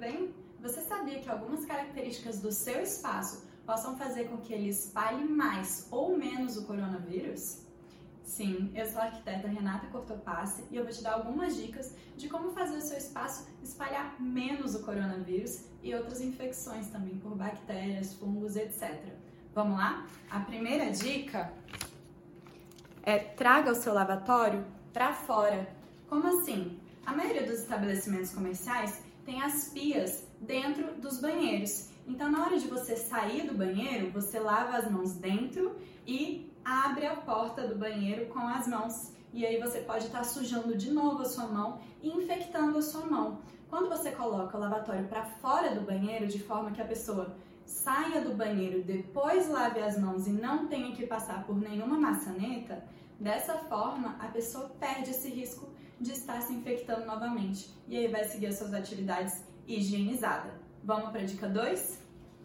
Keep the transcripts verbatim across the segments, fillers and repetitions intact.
bem? Você sabia que algumas características do seu espaço possam fazer com que ele espalhe mais ou menos o coronavírus? Sim, eu sou a arquiteta Renata Cortopassi e eu vou te dar algumas dicas de como fazer o seu espaço espalhar menos o coronavírus e outras infecções também por bactérias, fungos, etcétera. Vamos lá? A primeira dica é traga o seu lavatório para fora. Como assim? A maioria dos estabelecimentos comerciais tem as pias dentro dos banheiros. Então, na hora de você sair do banheiro, você lava as mãos dentro e abre a porta do banheiro com as mãos. E aí você pode estar sujando de novo a sua mão e infectando a sua mão. Quando você coloca o lavatório para fora do banheiro, de forma que a pessoa saia do banheiro, depois lave as mãos e não tenha que passar por nenhuma maçaneta, dessa forma a pessoa perde esse risco de estar se infectando novamente. E aí vai seguir as suas atividades higienizadas. Vamos para a dica dois?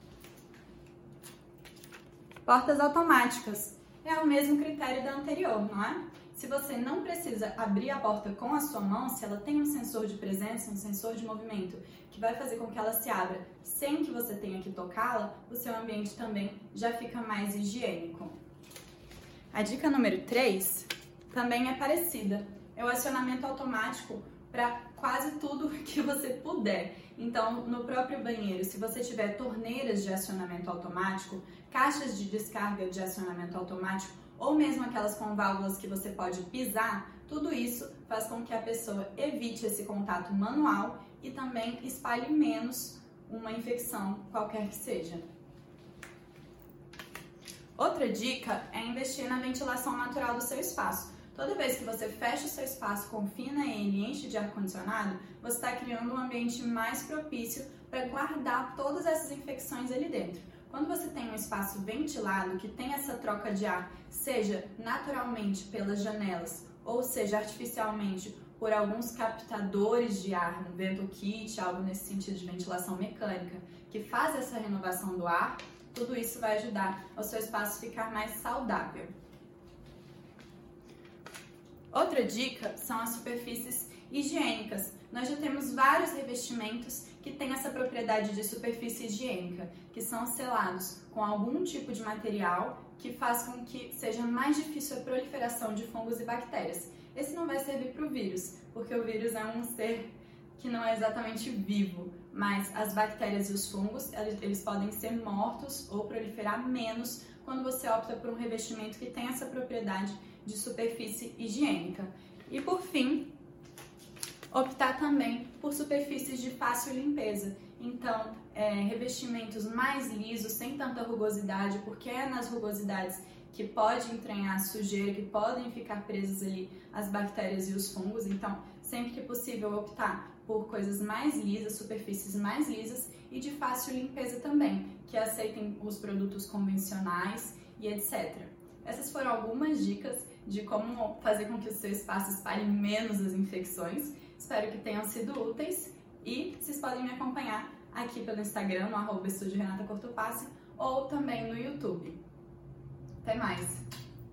Portas automáticas. É o mesmo critério da anterior, não é? Se você não precisa abrir a porta com a sua mão, se ela tem um sensor de presença, um sensor de movimento, que vai fazer com que ela se abra sem que você tenha que tocá-la, o seu ambiente também já fica mais higiênico. A dica número três também é parecida. É o acionamento automático para quase tudo que você puder. Então, no próprio banheiro, se você tiver torneiras de acionamento automático, caixas de descarga de acionamento automático, ou mesmo aquelas com válvulas que você pode pisar, tudo isso faz com que a pessoa evite esse contato manual e também espalhe menos uma infecção, qualquer que seja. Outra dica é investir na ventilação natural do seu espaço. Toda vez que você fecha o seu espaço, confina ele e enche de ar-condicionado, você está criando um ambiente mais propício para guardar todas essas infecções ali dentro. Quando você tem um espaço ventilado, que tem essa troca de ar, seja naturalmente pelas janelas, ou seja artificialmente por alguns captadores de ar, um vento kit, algo nesse sentido de ventilação mecânica, que faz essa renovação do ar, tudo isso vai ajudar ao seu espaço ficar mais saudável. Outra dica são as superfícies higiênicas. Nós já temos vários revestimentos que têm essa propriedade de superfície higiênica, que são selados com algum tipo de material que faz com que seja mais difícil a proliferação de fungos e bactérias. Esse não vai servir para o vírus, porque o vírus é um ser que não é exatamente vivo, mas as bactérias e os fungos, eles podem ser mortos ou proliferar menos quando você opta por um revestimento que tem essa propriedade de superfície higiênica. E por fim, optar também por superfícies de fácil limpeza. Então, é, revestimentos mais lisos, sem tanta rugosidade, porque é nas rugosidades que pode entranhar sujeira, que podem ficar presas ali as bactérias e os fungos. Então, sempre que possível, optar por coisas mais lisas, superfícies mais lisas e de fácil limpeza também, que aceitem os produtos convencionais e etcétera. Essas foram algumas dicas de como fazer com que o seu espaço espalhe menos as infecções. Espero que tenham sido úteis e vocês podem me acompanhar aqui pelo Instagram, no arroba Estúdio Renata Cortopassi, ou também no YouTube. Até mais!